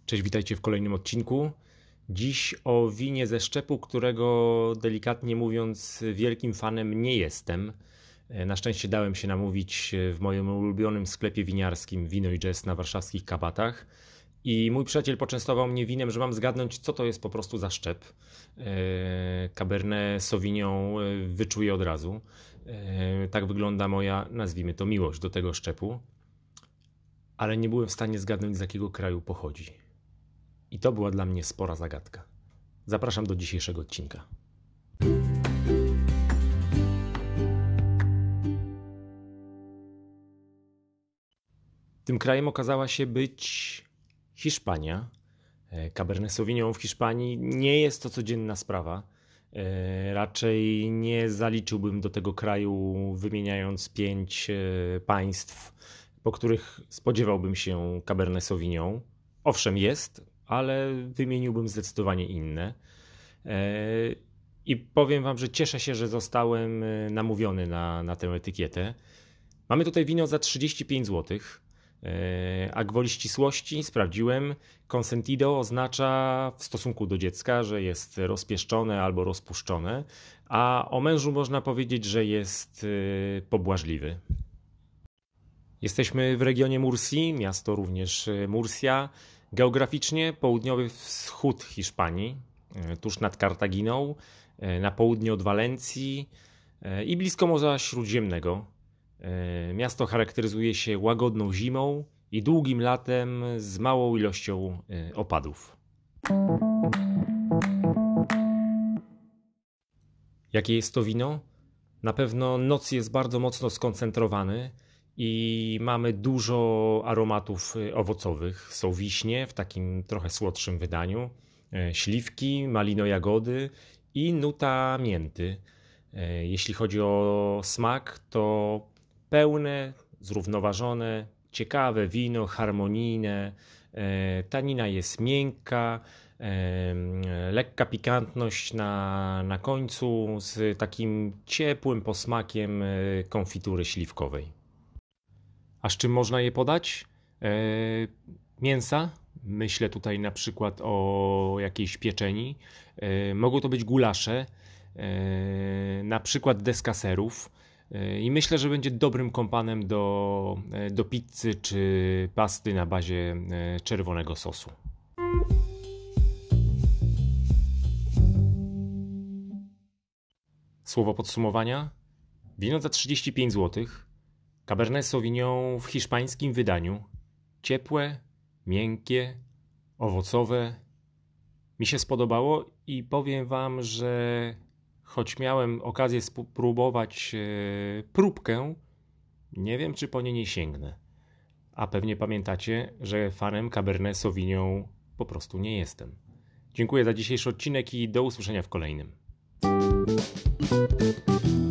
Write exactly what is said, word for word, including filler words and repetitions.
Cześć, witajcie w kolejnym odcinku. Dziś o winie ze szczepu, którego delikatnie mówiąc wielkim fanem nie jestem. Na szczęście dałem się namówić w moim ulubionym sklepie winiarskim Wino i Jazz na warszawskich Kabatach. I mój przyjaciel poczęstował mnie winem, że mam zgadnąć, co to jest po prostu za szczep. Cabernet Sauvignon wyczuję od razu. Tak wygląda moja, nazwijmy to, miłość do tego szczepu. Ale nie byłem w stanie zgadnąć, z jakiego kraju pochodzi. I to była dla mnie spora zagadka. Zapraszam do dzisiejszego odcinka. Tym krajem okazała się być Hiszpania. Cabernet Sauvignon w Hiszpanii nie jest to codzienna sprawa. Raczej nie zaliczyłbym do tego kraju, wymieniając pięć państw, po których spodziewałbym się Cabernet Sauvignon. Owszem, jest, ale wymieniłbym zdecydowanie inne. I powiem wam, że cieszę się, że zostałem namówiony na, na tę etykietę. Mamy tutaj wino za trzydzieści pięć złotych. A gwoli ścisłości sprawdziłem. Consentido oznacza w stosunku do dziecka, że jest rozpieszczone albo rozpuszczone, a o mężu można powiedzieć, że jest pobłażliwy. Jesteśmy w regionie Mursji, miasto również Murcia. Geograficznie południowy wschód Hiszpanii, tuż nad Kartaginą, na południe od Walencji i blisko Morza Śródziemnego. Miasto charakteryzuje się łagodną zimą i długim latem z małą ilością opadów. Jakie jest to wino? Na pewno noc jest bardzo mocno skoncentrowany i mamy dużo aromatów owocowych. Są wiśnie w takim trochę słodszym wydaniu, śliwki, malino-jagody i nuta mięty. Jeśli chodzi o smak, to pełne, zrównoważone, ciekawe wino, harmonijne. Tanina jest miękka, lekka pikantność na, na końcu z takim ciepłym posmakiem konfitury śliwkowej. A z czym można je podać? Mięsa. Myślę tutaj na przykład o jakiejś pieczeni. Mogą to być gulasze, na przykład deskaserów. I myślę, że będzie dobrym kompanem do, do pizzy czy pasty na bazie czerwonego sosu. Słowo podsumowania. Wino za trzydzieści pięć złotych. Cabernet Sauvignon w hiszpańskim wydaniu. Ciepłe, miękkie, owocowe. Mi się spodobało i powiem wam, że choć miałem okazję spróbować próbkę, nie wiem, czy po niej nie sięgnę. A pewnie pamiętacie, że fanem Cabernet Sauvignon po prostu nie jestem. Dziękuję za dzisiejszy odcinek i do usłyszenia w kolejnym.